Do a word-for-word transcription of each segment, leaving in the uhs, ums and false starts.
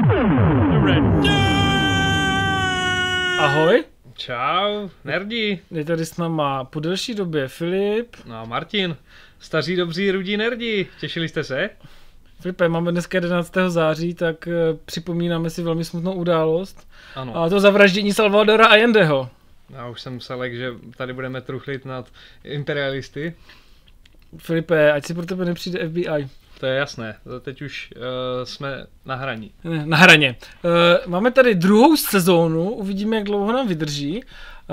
Ahoj. Čau, nerdi. Je tady s náma po delší době Filip. No a Martin, staří dobří rudí nerdi, těšili jste se? Filipe, máme dneska jedenáctého září, tak připomínáme si velmi smutnou událost. Ano. A to zavraždění Salvadora Allendeho. Já už jsem selek, že tady budeme truchlit nad imperialisty. Filipe, ať si pro tebe nepřijde F B I. To je jasné, teď už uh, jsme na hraní. Na hraně. Uh, máme tady druhou sezónu, uvidíme, jak dlouho nám vydrží. Uh,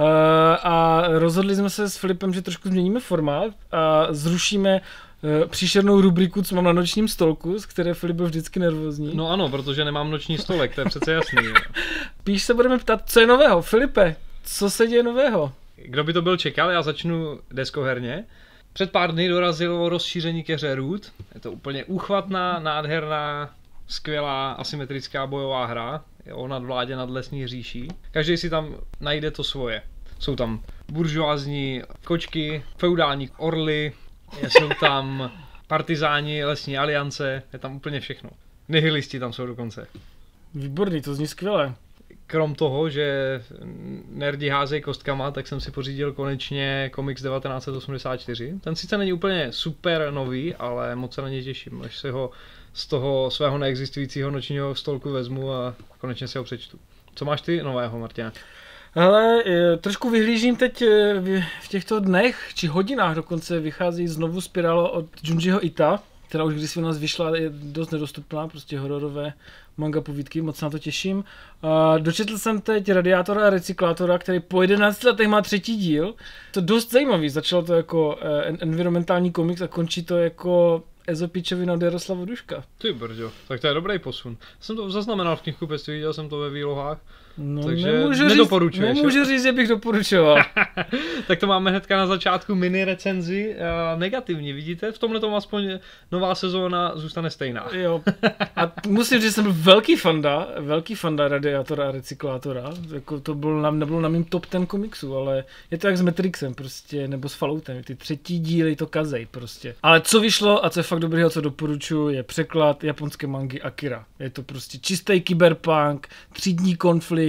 a rozhodli jsme se s Filipem, že trošku změníme formát a zrušíme uh, příšernou rubriku, co mám na nočním stolku, z které Filip byl vždycky nervózní. No ano, protože nemám noční stolek, to je přece jasný. Píš se budeme ptát, co je nového. Filipe, co se děje nového? Kdo by to byl čekal, já začnu deskoherně. Před pár dny dorazilo rozšíření ke hře Root. Je to úplně úchvatná, nádherná, skvělá asymetrická bojová hra. Je o nadvládě nad lesní říší. Každý si tam najde to svoje. Jsou tam buržoázní kočky, feudální orly, jsou tam partizáni lesní aliance, je tam úplně všechno. Nihilisti tam jsou dokonce. Výborný, to zní skvěle. Krom toho, že nerdi házejí kostkama, tak jsem si pořídil konečně komiks devatenáct set osmdesát čtyři. Ten sice není úplně super nový, ale moc se na něj těším, až si ho z toho svého neexistujícího nočního stolku vezmu a konečně si ho přečtu. Co máš ty nového, Martina? Hele, trošku vyhlížím teď v těchto dnech, či hodinách dokonce vychází znovu spirála od Junjiho Ita, která už když u nás vyšla, je dost nedostupná, prostě hororové manga povídky, moc na to těším. A dočetl jsem teď Radiátora a recyklátora, který po jedenácti letech má třetí díl. To dost zajímavý, začalo to jako eh, environmentální komiks a končí to jako ezopičovina od Jaroslava Duška. Ty brďo, tak to je dobrý posun. Jsem to zaznamenal v knihkupectví, viděl jsem to ve výlohách. No, takže nemůžu nedoporučuješ. Říct, nemůžu říct, že bych doporučoval. Tak to máme hnedka na začátku mini recenzi. Uh, negativní, vidíte? V tomhle tomu aspoň nová sezóna zůstane stejná. Jo. A musím říct, že jsem byl velký fanda, velký fanda Radiátora a recyklátora. Jako to bylo na, nebylo na mým top ten komiksu, ale je to jak s Matrixem prostě, nebo s Falloutem. Ty třetí díly to kazej prostě. Ale co vyšlo a co je fakt dobrýho, co doporučuji, je překlad japonské mangy Akira. Je to prostě čistý kyberpunk, třídní konflikt,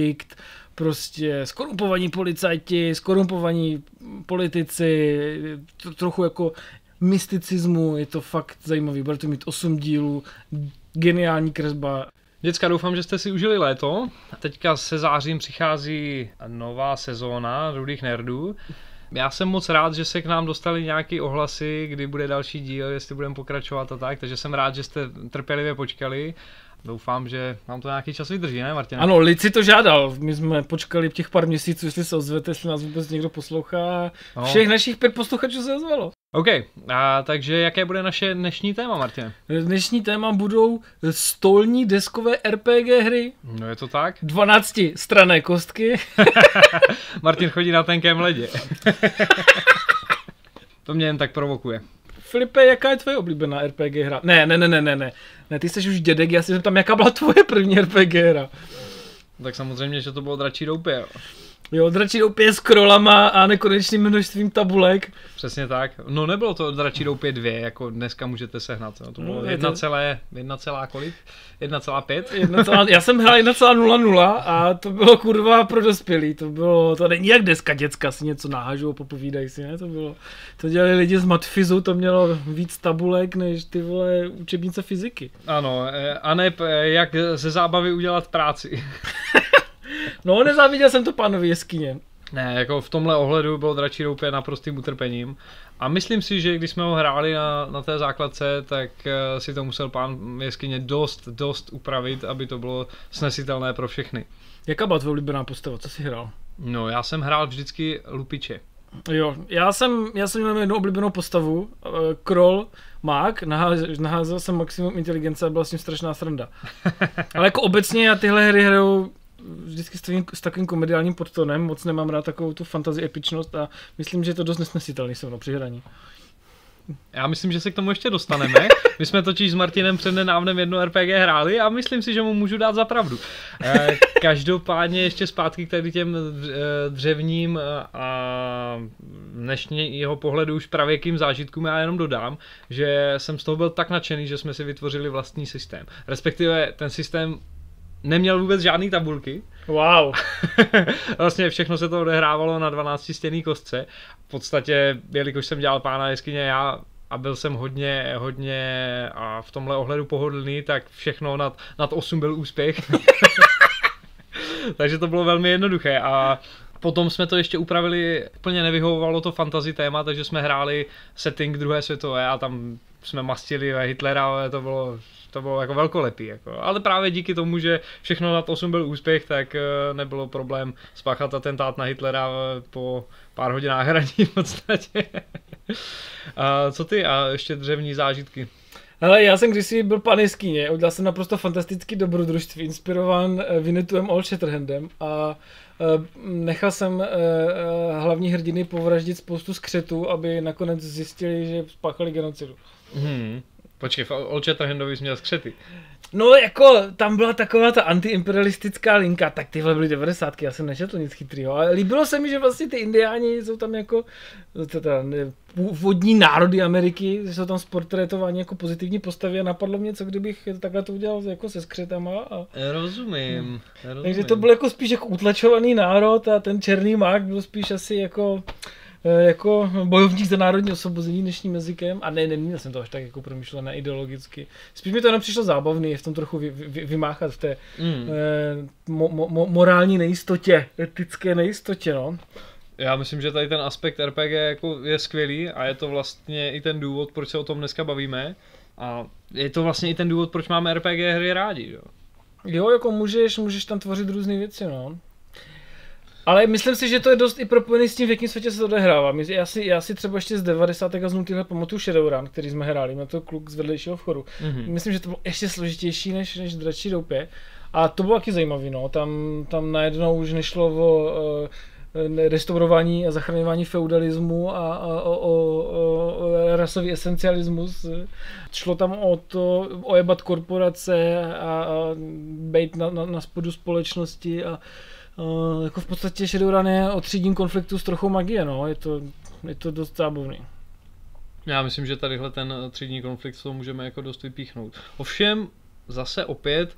prostě skorumpovaní policajti, skorumpovaní politici, to, trochu jako mysticismu, je to fakt zajímavý, bude to mít osm dílů, geniální kresba. Děcka, doufám, že jste si užili léto. Teďka se zářím přichází nová sezóna Rudých nerdů. Já jsem moc rád, že se k nám dostali nějaké ohlasy, kdy bude další díl, jestli budeme pokračovat a tak, takže jsem rád, že jste trpělivě počkali. Doufám, že nám to nějaký čas vydrží, ne, Martin? Ano, lid si to žádal. My jsme počkali těch pár měsíců, jestli se ozvete, jestli nás vůbec někdo poslouchá. No. Všech našich pět posluchačů se ozvalo. OK, a takže jaké bude naše dnešní téma, Martin? Dnešní téma budou stolní deskové R P G hry. No je to tak? dvanáctistrané kostky. Martin chodí na tenkém ledě. To mě jen tak provokuje. Filipe, jaká je tvoje oblíbená R P G hra? Ne, ne, ne, ne, ne, ne. Ne, ty jsi už dědek, já si zeptám, jaká byla tvoje první R P G hra? Tak samozřejmě, že to bylo Dračí doupě. Jo, Dračí doupě s krolama a nekonečným množstvím tabulek. Přesně tak. No nebylo to Dračí doupě dvě, jako dneska můžete sehnat. No, to bylo no, jedna celá kolik? jedna celá pět? Já jsem hrál jedna celá nula nula a to bylo kurva pro dospělý. To bylo, to není jak deska děcka, si něco nahážou, popovídají si, ne? To bylo, to dělali lidi z matfizu, to mělo víc tabulek než ty vole učebnice fyziky. Ano, a ne jak ze zábavy udělat práci. No, nezáviděl jsem to pánovi jeskyně. Ne, jako v tomhle ohledu bylo Dračí doupě naprostým utrpením. A myslím si, že když jsme ho hráli na, na té základce, tak uh, si to musel pán jeskyně dost, dost upravit, aby to bylo snesitelné pro všechny. Jaká byla tvoje oblíbená postava? Co jsi hrál? No, já jsem hrál vždycky lupiče. Jo, já jsem, já jsem měl jednu oblíbenou postavu, uh, Kroll, mák, naházel, naházel jsem maximum inteligence a byla s ním strašná sranda. Ale jako obecně já tyhle hry hraju vždycky s, tvým, s takovým komediálním podtónem, moc nemám rád takovou tu fantasy epičnost a myslím, že je to dost nesnesitelný se mnou při hraní. Já myslím, že se k tomu ještě dostaneme. My jsme totiž s Martinem před nedávnem jedno R P G hráli a myslím si, že mu můžu dát za pravdu. Každopádně ještě zpátky k tady těm dřevním a dnešního pohledu už pravěkým zážitkům já jenom dodám, že jsem z toho byl tak nadšený, že jsme si vytvořili vlastní systém. Respektive ten systém neměl vůbec žádný tabulky. Wow. Vlastně všechno se to odehrávalo na dvanáctistěnné kostce. V podstatě, jelikož jsem dělal Pána jeskyně já a byl jsem hodně, hodně a v tomhle ohledu pohodlný, tak všechno nad, nad osm byl úspěch. Takže to bylo velmi jednoduché a potom jsme to ještě upravili, úplně nevyhovovalo to fantasy téma, takže jsme hráli setting druhé světové a tam jsme mastili Hitlera, ale to bylo, to bylo jako velkolepý. Jako. Ale právě díky tomu, že všechno nad osm byl úspěch, tak nebylo problém spáchat atentát na Hitlera po pár hodinách hraní v podstatě. A co ty a ještě dřevní zážitky? Hele, já jsem kdysi byl Pán jeskyně, udělal jsem naprosto fantastický dobrodružství, inspirován Vinetuem Old Shatterhandem a nechal jsem hlavní hrdiny povraždit spoustu skřetů, aby nakonec zjistili, že spáchali genocidu. Hmm. Počkej, v Old Shatterhandovi jsi měl skřety. No jako, tam byla taková ta antiimperialistická linka, tak tyhle byly devadesátky, já jsem nečetl nic chytrýho, ale líbilo se mi, že vlastně ty indiáni jsou tam jako teda, ne, původní národy Ameriky, že jsou tam sportrétováni jako pozitivní postavy a napadlo mě, co kdybych takhle to udělal jako se skřetama. A... Rozumím, hmm. rozumím. Takže to byl jako spíš jako utlačovaný národ a ten černý mák byl spíš asi jako... jako bojovník za národní osvobození dnešním jazykem a ne, neměl jsem to až tak jako promyšlené ideologicky. Spíš mi to jenom přišlo zábavný, v tom trochu vy, vy, vymáchat v té mm. eh, mo, mo, morální nejistotě, etické nejistotě, no. Já myslím, že tady ten aspekt R P G jako je skvělý a je to vlastně i ten důvod, proč se o tom dneska bavíme a je to vlastně i ten důvod, proč máme R P G hry rádi, jo. Jo, jako můžeš, můžeš tam tvořit různé věci, no. Ale myslím si, že to je dost i propojený s tím, v jakém světě se to odehrává. Já si, já si třeba ještě z devadesátek a z nultýhle pamatuju Shadowrun, který jsme hráli, na to kluk z vedlejšího vchodu. Mm-hmm. Myslím, že to bylo ještě složitější než, než Dračí doupě. A to bylo taky zajímavý, no. Tam, tam najednou už nešlo o uh, restaurování a zachraňování feudalismu a, a o, o, o rasový esencialismus. Šlo tam o to ojebat korporace a, a být na, na, na spodu společnosti a Uh, jako v podstatě Shadowrun je o třídním konfliktu s trochou magie, no, je to, je to dost zábavný. Já myslím, že tadyhle ten třídní konflikt to můžeme jako dost vypíchnout. Ovšem, zase opět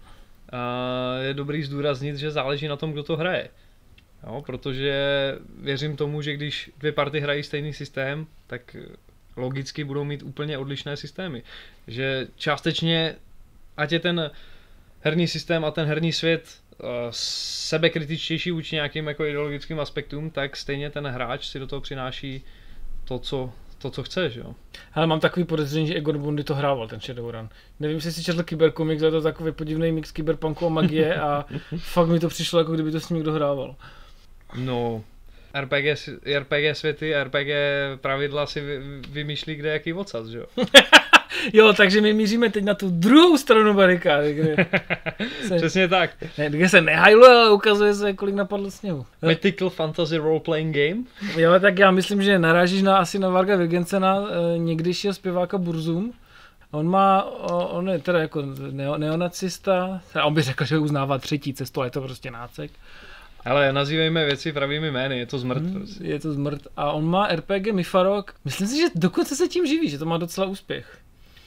uh, je dobrý zdůraznit, že záleží na tom, kdo to hraje. Jo, protože věřím tomu, že když dvě party hrají stejný systém, tak logicky budou mít úplně odlišné systémy. Že částečně, ať je ten herní systém a ten herní svět sebekritičtější vůči nějakým jako ideologickým aspektům, tak stejně ten hráč si do toho přináší to, co, to, co chce, že jo. Ale mám takový podezření, že Egon Bondy to hrával, ten Shadowrun. Nevím, jestli si četl Kybercomics, ale to je takový podivný mix kyberpunku a magie a fakt mi to přišlo, jako kdyby to s ním někdo hrával. No, R P G, R P G světy, R P G pravidla si vymýšlí kde jaký odsaz, že jo. Jo, takže my míříme teď na tu druhou stranu barikády, kde se, přesně tak. Ne, kde se nehajluje, ale ukazuje se, kolik napadlo sněhu. Mythical Fantasy Role-Playing Game? Jo, tak já myslím, že narážíš na, asi na Varga Vigensena, e, někdejšího zpěváka Burzum. On má, on je teda jako neo, neonacista, on by řekl, že uznává třetí cestu, ale je to prostě nácek. Ale nazývejme věci pravými jmény, je to zmrt. Hmm, je to zmrt. A on má R P G Mifarok, myslím si, že dokonce se tím živí, že to má docela úspěch.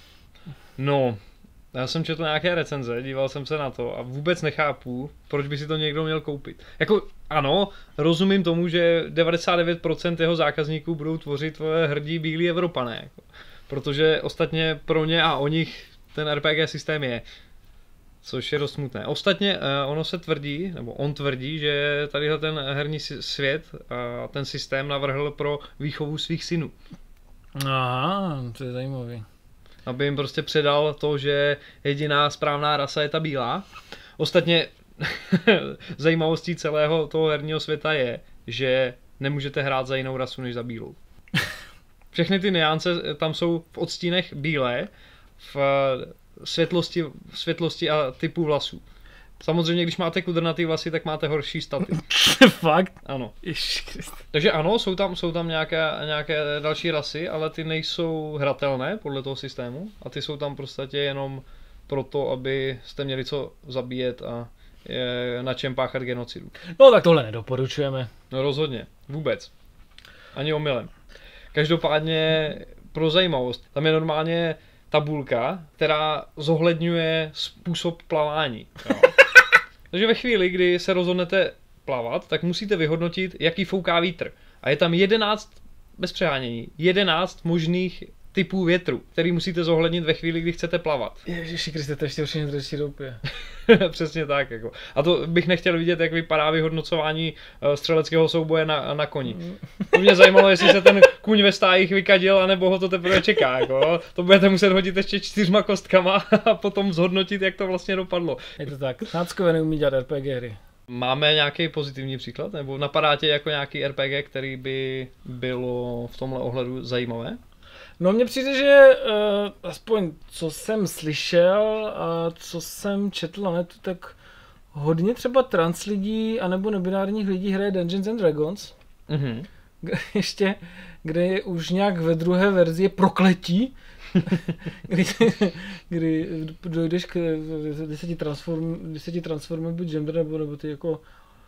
No, já jsem četl nějaké recenze, díval jsem se na to a vůbec nechápu, proč by si to někdo měl koupit. Jako ano, rozumím tomu, že devadesát devět procent jeho zákazníků budou tvořit hrdí bílí Evropané, jako, protože ostatně pro ně a o nich ten R P G systém je, což je dost smutné. Ostatně ono se tvrdí, nebo on tvrdí, že tadyhle ten herní svět a ten systém navrhl pro výchovu svých synů. Aha, to je zajímavý. Aby jim prostě předal to, že jediná správná rasa je ta bílá. Ostatně zajímavostí celého toho herního světa je, že nemůžete hrát za jinou rasu než za bílou. Všechny ty nuance tam jsou v odstínech bílé, v světlosti, v světlosti a typu vlasů. Samozřejmě, když máte kudrnatý vlasy, tak máte horší staty. Fakt? Ano. Ježiškrist. Takže ano, jsou tam, jsou tam nějaké, nějaké další rasy, ale ty nejsou hratelné podle toho systému a ty jsou tam prostě jenom proto, aby jste měli co zabíjet a je, na čem páchat genocidu. No tak tohle nedoporučujeme. No rozhodně, vůbec. Ani omylem. Každopádně pro zajímavost, tam je normálně tabulka, která zohledňuje způsob plavání. Jo. Takže ve chvíli, kdy se rozhodnete plavat, tak musíte vyhodnotit, jaký fouká vítr. A je tam jedenáct, bez přehánění, jedenáct možných typů větru, který musíte zohlednit ve chvíli, kdy chcete plavat. Ježiši Kriste, to ještě určitě nedrží doupě. Přesně tak. Jako. A to bych nechtěl vidět, jak vypadá vyhodnocování střeleckého souboje na, na koni. To mě zajímalo, jestli se ten kůň ve stájích vykadil, anebo ho to teprve čeká. Jako. To budete muset hodit ještě čtyřma kostkama a potom zhodnotit, jak to vlastně dopadlo. Je to tak. Náckové neumí dělat R P G hry. Máme nějaký pozitivní příklad? Nebo napadá tě jako nějaký R P G, který by bylo v tomhle ohledu zajímavé? No mně přijde, že uh, aspoň co jsem slyšel a co jsem četl na netu, tak hodně třeba trans lidí anebo nebinárních lidí hraje Dungeons and Dragons. Mm-hmm. Ještě, kde je už nějak ve druhé verzi je prokletí, kdy, kdy dojdeš k deseti transform, deseti transformů buď gender nebo, nebo ty jako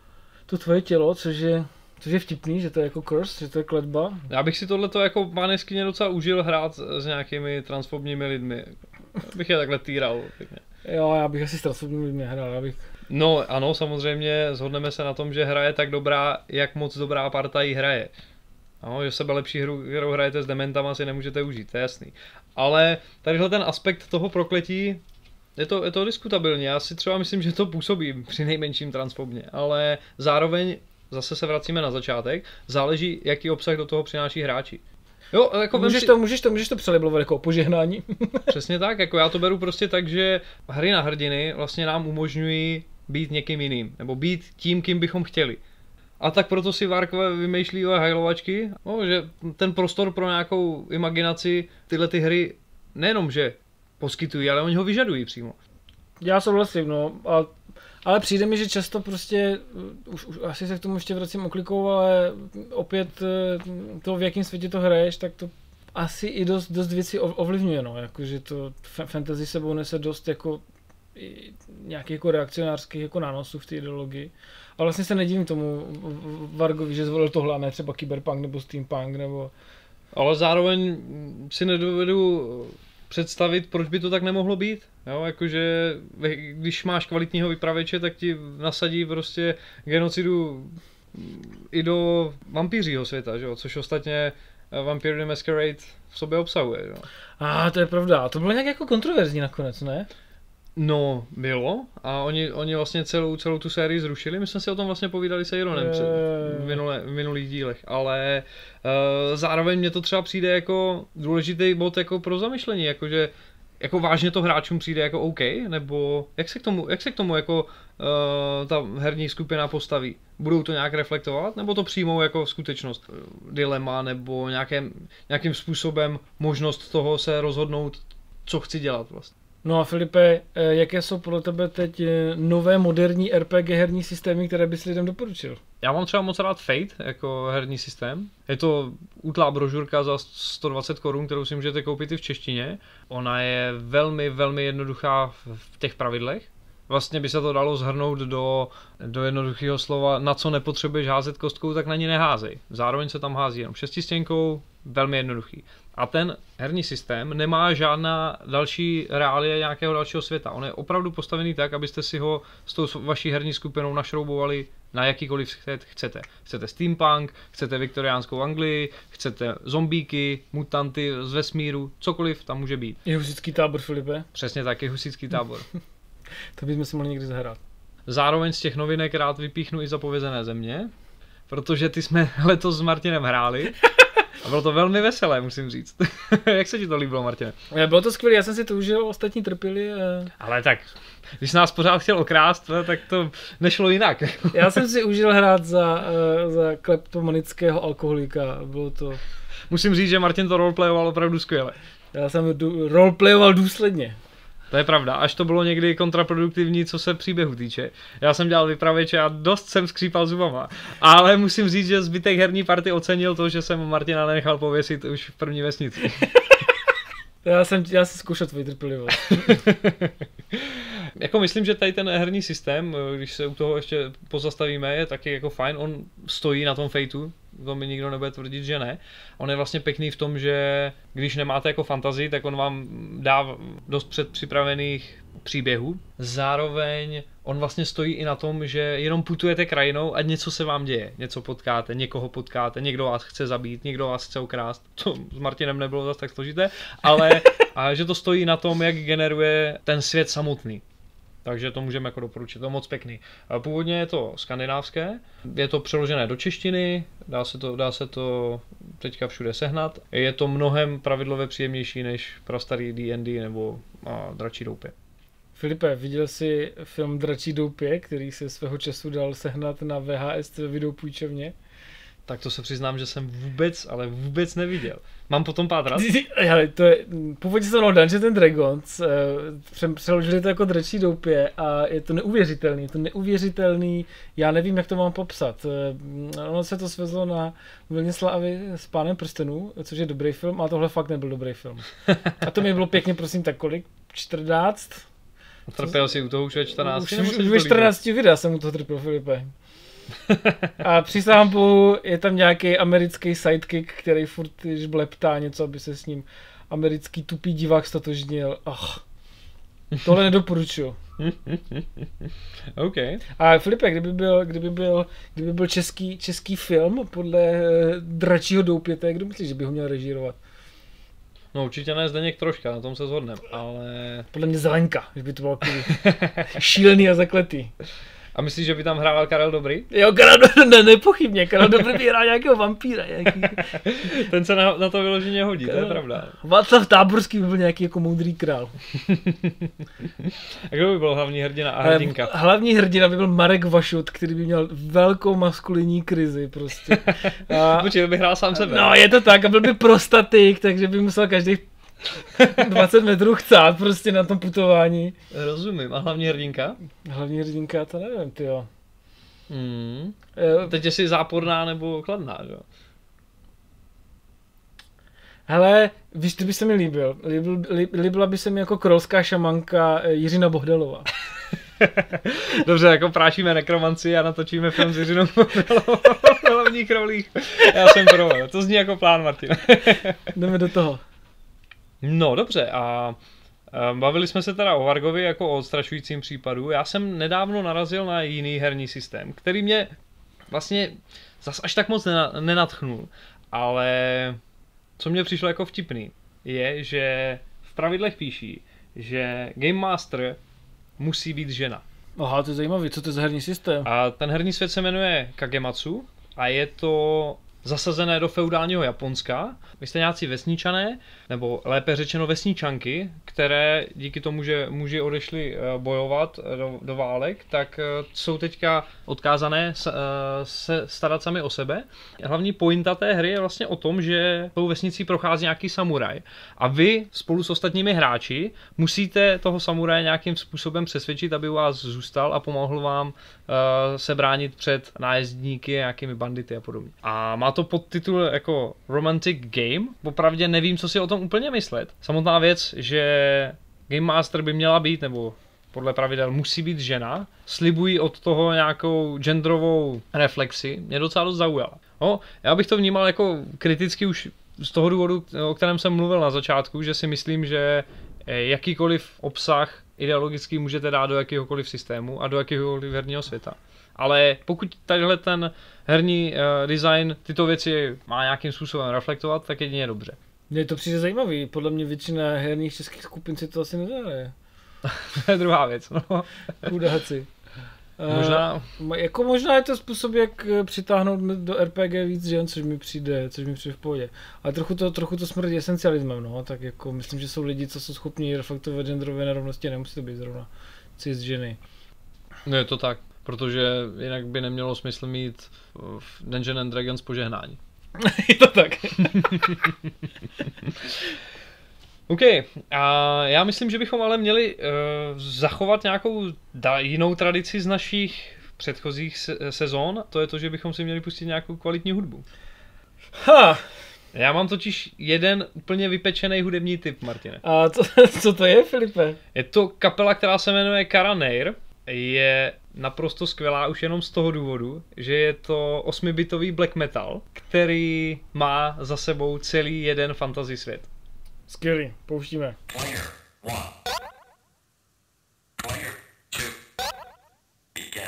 to tvoje tělo, což je Což je vtipný, že to je jako curse, že to je kletba. Já bych si tohleto jako pán jeskyně docela užil hrát s nějakými transfobními lidmi. Bych je takhle týral. Pěkně. Jo, já bych asi s transfobními lidmi hrál. Já bych... No ano, samozřejmě shodneme se na tom, že hra je tak dobrá, jak moc dobrá parta jí hraje. No, že sebe lepší hru, kterou hrajete s dementama, si nemůžete užít, to je jasný. Ale tadyhle ten aspekt toho prokletí, je to, je to diskutabilní. Já si třeba myslím, že to působí při nejmenším transfobně, ale zároveň zase se vracíme na začátek, záleží, jaký obsah do toho přináší hráči. Jo, jako můžeš, si... to, můžeš, to, můžeš to přelibovat jako požehnání. Přesně tak, jako já to beru prostě tak, že hry na hrdiny vlastně nám umožňují být někým jiným, nebo být tím, kým bychom chtěli. A tak proto si Varkové vymýšlí hajlovačky, no, že ten prostor pro nějakou imaginaci tyhle ty hry nejenom, že poskytují, ale oni ho vyžadují přímo. Já souhlasím, no, a ale přijde mi, že často prostě, už, už asi se k tomu ještě vracím oklikou, ale opět to, v jakém světě to hraješ, tak to asi i dost, dost věcí ovlivňuje, no, jakože to fantasy sebou nese dost jako nějakých jako reakcionářských jako nánosů v té ideologii. A vlastně se nedivím tomu Vargovi, že zvolil tohle a ne třeba Cyberpunk nebo Steampunk nebo... Ale zároveň si nedovedu představit, proč by to tak nemohlo být. Jo, jakože když máš kvalitního vypravěče, tak ti nasadí prostě genocidu i do vampířího světa, že jo? Což ostatně Vampire the Masquerade v sobě obsahuje. Jo? A to je pravda. To bylo nějak jako kontroverzní nakonec, ne? No, bylo. A oni, oni vlastně celou, celou tu sérii zrušili. My jsme si o tom vlastně povídali se Ironem před, v, minulé, v minulých dílech. Ale uh, zároveň mně to třeba přijde jako důležitý bod jako pro zamyšlení. Jakože jako vážně to hráčům přijde jako OK? Nebo jak se k tomu, jak se k tomu jako uh, ta herní skupina postaví? Budou to nějak reflektovat? Nebo to přijmou jako skutečnost? Dilema nebo nějakým, nějakým způsobem možnost toho se rozhodnout, co chci dělat vlastně? No a Filipe, jaké jsou podle tebe teď nové moderní R P G herní systémy, které bys lidem doporučil? Já mám třeba moc rád Fate jako herní systém. Je to útlá brožurka za sto dvacet korun, kterou si můžete koupit i v češtině. Ona je velmi, velmi jednoduchá v těch pravidlech. Vlastně by se to dalo shrnout do, do jednoduchého slova, na co nepotřebuješ házet kostkou, tak na ní neházej. Zároveň se tam hází jenom šestistěnkou, velmi jednoduchý. A ten herní systém nemá žádná další reálie nějakého dalšího světa. On je opravdu postavený tak, abyste si ho s tou vaší herní skupinou našroubovali na jakýkoliv chcete. Chcete steampunk, chcete viktoriánskou Anglii, chcete zombíky, mutanty z vesmíru, cokoliv tam může být. Je husitský tábor, Filipe? Přesně tak, je husitský tábor. To bychom si mohli někdy zahrát. Zároveň z těch novinek rád vypíchnu i Zapovězené země, protože ty jsme letos s Martinem hráli. A bylo to velmi veselé, musím říct. Jak se ti to líbilo, Martine? Bylo to skvělé, já jsem si to užil, ostatní trpěli. A... Ale tak, když nás pořád chtěl okrást, tak to nešlo jinak. Já jsem si užil hrát za, za kleptomanického alkoholika, bylo to... Musím říct, že Martin to roleplayoval opravdu skvěle. Já jsem roleplayoval důsledně. To je pravda, až to bylo někdy kontraproduktivní, co se příběhu týče. Já jsem dělal vypravěče a dost jsem skřípal zubama. Ale musím říct, že zbytek herní party ocenil to, že jsem Martina nenechal pověsit už v první vesnici. Já jsem, já jsem zkoušel tvoji trpělivost. Jako myslím, že tady ten herní systém, když se u toho ještě pozastavíme, je taky jako fajn. On stojí na tom Fateu. to mi nikdo nebude tvrdit, že ne. On je vlastně pěkný v tom, že když nemáte jako fantazii, tak on vám dá dost předpřipravených příběhů. Zároveň on vlastně stojí i na tom, že jenom putujete krajinou a něco se vám děje. Něco potkáte, někoho potkáte, někdo vás chce zabít, někdo vás chce ukrást. To s Martinem nebylo zase tak složité, ale a že to stojí na tom, jak generuje ten svět samotný. Takže to můžeme jako doporučit, to je moc pěkný. Původně je to skandinávské, je to přeložené do češtiny, dá se to, dá se to teďka všude sehnat. Je to mnohem pravidlově příjemnější než prastarý D and D nebo a, Dračí doupě. Filipe, viděl jsi film Dračí doupě, který se svého času dal sehnat na V H S videopůjčovně? Tak to se přiznám, že jsem vůbec, ale vůbec neviděl. Mám potom pátrat? Hele, to je, původně se to Dungeons and Dragons, přeložili to jako Dračí doupě a je to neuvěřitelný, je to neuvěřitelný, já nevím, jak to mám popsat. Ono se to svezlo na vlně slávy s Pánem prstenů, což je dobrý film, a tohle fakt nebyl dobrý film. A to mi bylo pěkně, prosím, tak kolik? čtrnáct? Trpěl jsi u toho už ve čtrnácti? Už, už ve čtrnácti videa jsem u toho trpěl, Filipe. A přísahám Bohu, je tam nějaký americký sidekick, který furt žbleptá něco, aby se s ním americký tupý divák stotožnil. Ach, tohle nedoporučuju. Okay. A Filipe, kdyby byl, kdyby byl, kdyby byl český, český film podle Dračího doupěte, kdo myslíš, že by ho měl režírovat? No určitě ne Zdeněk Troška, na tom se shodneme, ale... Podle mě Zelenka, že by to bylo šílený a zakletý. A myslíš, že by tam hrával Karel Dobrý? Jo, Karel Dobrý, ne, nepochybně, Karel Dobrý by hrál nějakého vampíra. Nějaký... Ten se na, na to vyloženě hodí, to je pravda. Václav Táborský by byl nějaký jako moudrý král. A kdo by byl hlavní hrdina a hrdinka? Hlavní hrdina by byl Marek Vašut, který by měl velkou maskulinní krizi prostě. A... Počkej, by hrál sám sebe. No, je to tak, a byl by prostatik, takže by musel každý dvacet metrů chcát prostě na tom putování. Rozumím. A hlavní hrdinka? Hlavní hrdinka, to nevím, tyjo. Mm. Teď jsi záporná nebo kladná, jo? Hele, víš, ty by se mi líbil. Líbil, líbila by se mi jako krolská šamanka Jiřina Bohdalová. Dobře, jako prášíme nekromanci a natočíme film s Jiřinou Bohdalovou v hlavních rolích. Já jsem pro, to zní jako plán, Martin. Jdeme do toho. No dobře, a bavili jsme se teda o Vargovi jako o odstrašujícím případu. Já jsem nedávno narazil na jiný herní systém, který mě vlastně zas až tak moc nenadchnul, ale co mě přišlo jako vtipný, je, že v pravidlech píší, že Game Master musí být žena. Aha, to je zajímavý, co to je za herní systém? A ten herní svět se jmenuje Kagematsu a je to zasazené do feudálního Japonska. Vy jste nějací vesničané, nebo lépe řečeno vesničanky, které díky tomu, že muži odešli bojovat do, do válek, tak jsou teďka odkázané se starat sami o sebe. Hlavní pointa té hry je vlastně o tom, že tou vesnicí prochází nějaký samuraj a vy spolu s ostatními hráči musíte toho samuraje nějakým způsobem přesvědčit, aby u vás zůstal a pomohl vám se bránit před nájezdníky, nějakými bandity a podobně. A má to podtitul jako Romantic Game. Popravdě nevím, co si o tom úplně myslet. Samotná věc, že Game Master by měla být, nebo podle pravidel musí být žena, slibují od toho nějakou genderovou reflexi, mě docela dost zaujala. No, já bych to vnímal jako kriticky už z toho důvodu, o kterém jsem mluvil na začátku, že si myslím, že jakýkoliv obsah ideologicky můžete dát do jakéhokoliv systému a do jakéhokoliv herního světa. Ale pokud tadyhle ten herní uh, design tyto věci má nějakým způsobem reflektovat, tak jedině dobře. Mně to přijde zajímavý, podle mě většina herních českých skupin si to asi nezahraje. To je druhá věc, no. Chudáci. Možná... Uh, jako možná je to způsob, jak přitáhnout do R P G víc žen, což mi přijde, což mi přijde v pohodě. Ale trochu to, trochu to smrdí esencialismem, no, tak jako myslím, že jsou lidi, co jsou schopni reflektovat genderové nerovnosti, nemusí to být zrovna cis ženy. No je to tak, protože jinak by nemělo smysl mít v Dungeons and Dragons požehnání. Je to tak. OK, a já myslím, že bychom ale měli uh, zachovat nějakou da- jinou tradici z našich předchozích se- sezón, to je to, že bychom si měli pustit nějakou kvalitní hudbu. Ha! Já mám totiž jeden úplně vypečený hudební tip, Martine. A co, co to je, Filipe? Je to kapela, která se jmenuje Kara Nair je naprosto skvělá už jenom z toho důvodu, že je to osmibitový black metal, který má za sebou celý jeden fantasy svět. Skvělý, pouštíme. Player one. Player two. Begin.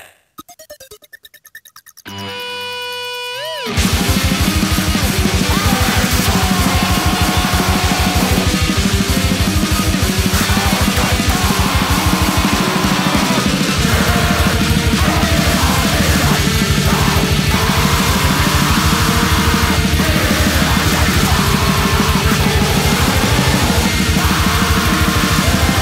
We'll be right back.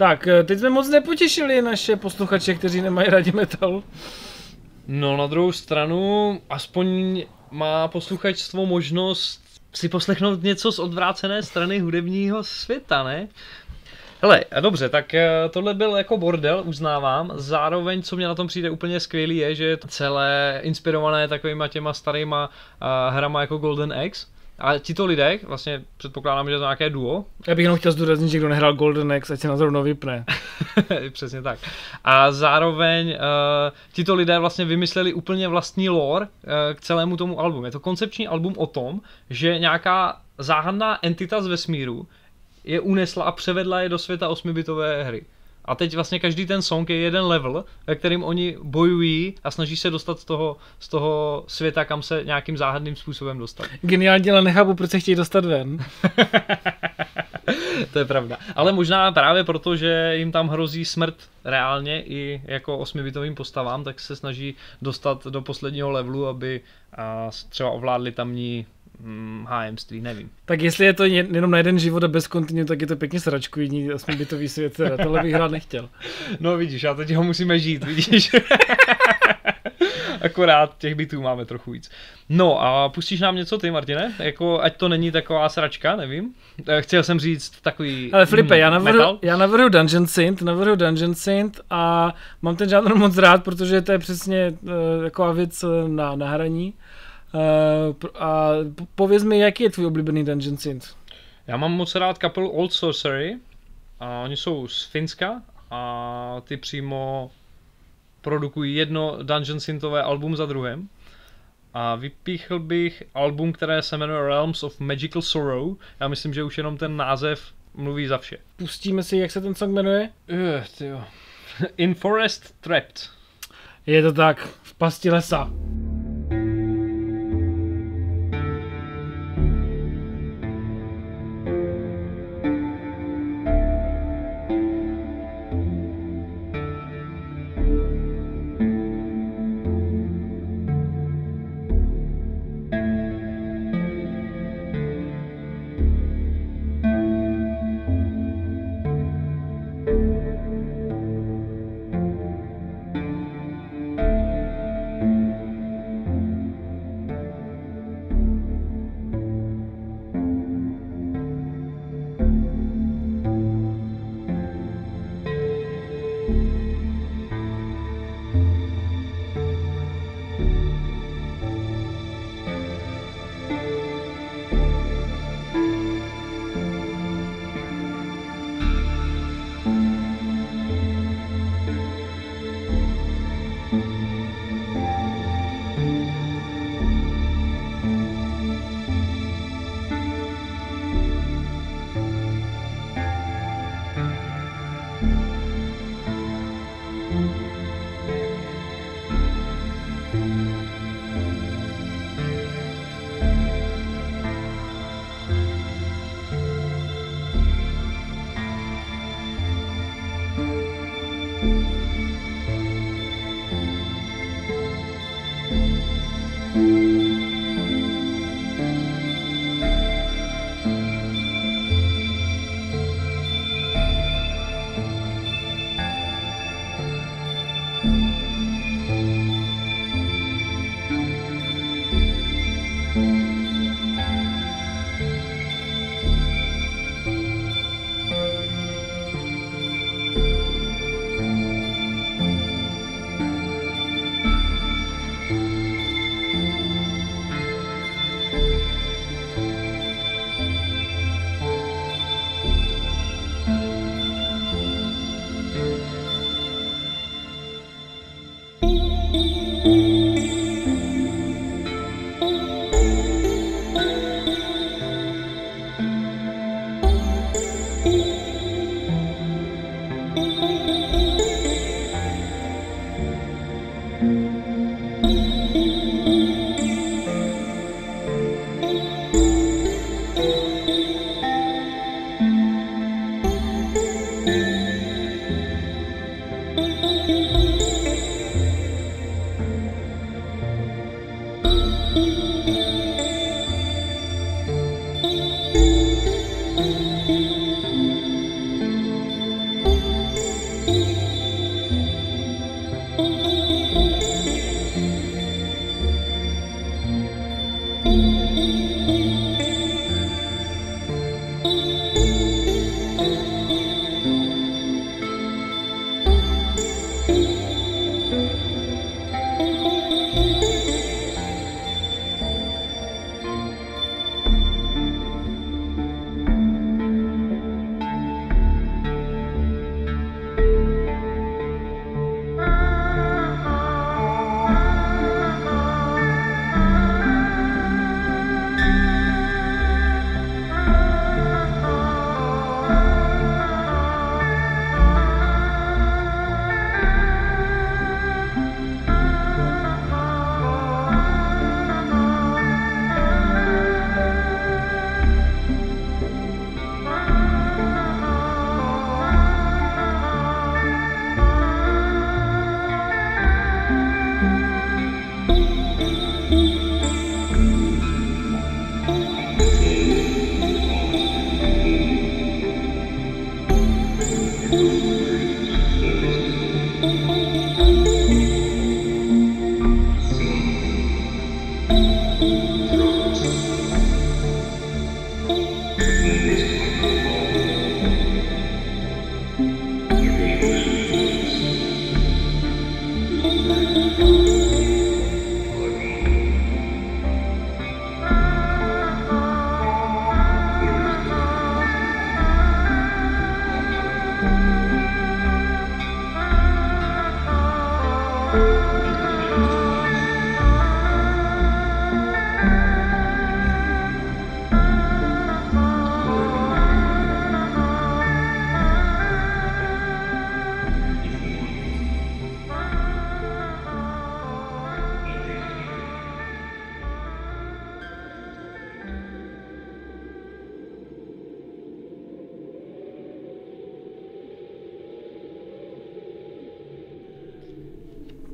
Tak, teď jsme moc nepotěšili naše posluchače, kteří nemají rádi metal. No na druhou stranu, aspoň má posluchačstvo možnost si poslechnout něco z odvrácené strany hudebního světa, ne? Hele, dobře, tak tohle byl jako bordel, uznávám. Zároveň, co mě na tom přijde úplně skvělý, je, že je to celé inspirované takovýma těma starýma uh, hrama jako Golden Axe. A tito lidé, vlastně předpokládám, že je to nějaké duo. Já bych jenom chtěl zdůraznit, že kdo nehrál Golden Axe, ať se na zrovna vypne. Přesně tak. A zároveň uh, tito lidé vlastně vymysleli úplně vlastní lore uh, k celému tomu albumu. Je to koncepční album o tom, že nějaká záhadná entita z vesmíru je unesla a převedla je do světa osmibitové hry. A teď vlastně každý ten song je jeden level, ve kterým oni bojují a snaží se dostat z toho, z toho světa, kam se nějakým záhadným způsobem dostat. Geniálně, ale nechápu, proč se chtějí dostat ven. To je pravda. Ale možná právě proto, že jim tam hrozí smrt reálně i jako osmibitovým postavám, tak se snaží dostat do posledního levelu, aby a, třeba ovládli tamní Hmm, hájemství, nevím. Tak jestli je to jenom na jeden život a bez kontinu, tak je to pěkně sračkujní osmibitový svět, teda. Tohle bych hrát nechtěl. No vidíš, a teď ho musíme žít, vidíš. Akorát těch bitů máme trochu víc. No a pustíš nám něco ty, Martine? Jako, ať to není taková sračka, nevím. Chtěl jsem říct takový Ale Filipe, mm, já navrhu, já navrhu Dungeon Synth, navrhu Dungeon Synth a mám ten žánr moc rád, protože to je přesně uh, taková věc na, na hraní. Uh, a pověz mi, jaký je tvůj oblíbený Dungeon Synth? Já mám moc rád kapelu Old Sorcery. A oni jsou z Finska a ty přímo produkují jedno Dungeon Synthové album za druhém. A vypíchl bych album, které se jmenuje Realms of Magical Sorrow. Já myslím, že už jenom ten název mluví za vše. Pustíme si, jak se ten song jmenuje? Uh, tyjo. In Forest Trapped. Je to tak, v pasti lesa.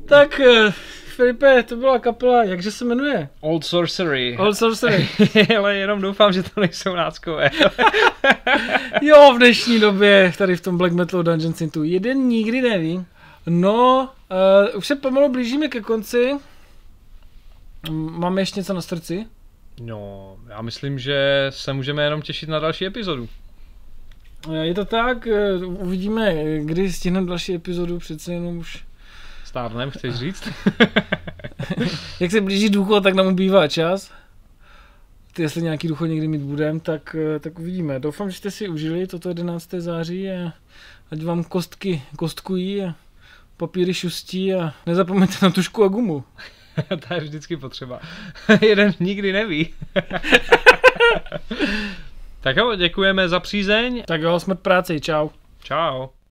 Tak, eh, Filipe, to byla kapela, jakže se jmenuje? Old Sorcery. Old Sorcery. Ale jenom doufám, že to nejsou náckové. Jo, v dnešní době, tady v tom Black Metal Dungeon Synthu, jeden nikdy neví. No, uh, už se pomalu blížíme ke konci. Máme ještě něco na srdci? No, já myslím, že se můžeme jenom těšit na další epizodu. Je to tak, uvidíme, kdy stihneme další epizodu, přece jenom už... Stárnem, chceš říct? Jak se blíží důchod, tak nám ubývá čas. Ty, jestli nějaký důchod někdy mít budem, tak, tak uvidíme. Doufám, že jste si užili toto jedenáctého září a ať vám kostky kostkují a papíry šustí a nezapomeňte na tušku a gumu. To je vždycky potřeba. Jeden nikdy neví. Tak jo, děkujeme za přízeň. Tak jo, smrt práci, čau. Čau.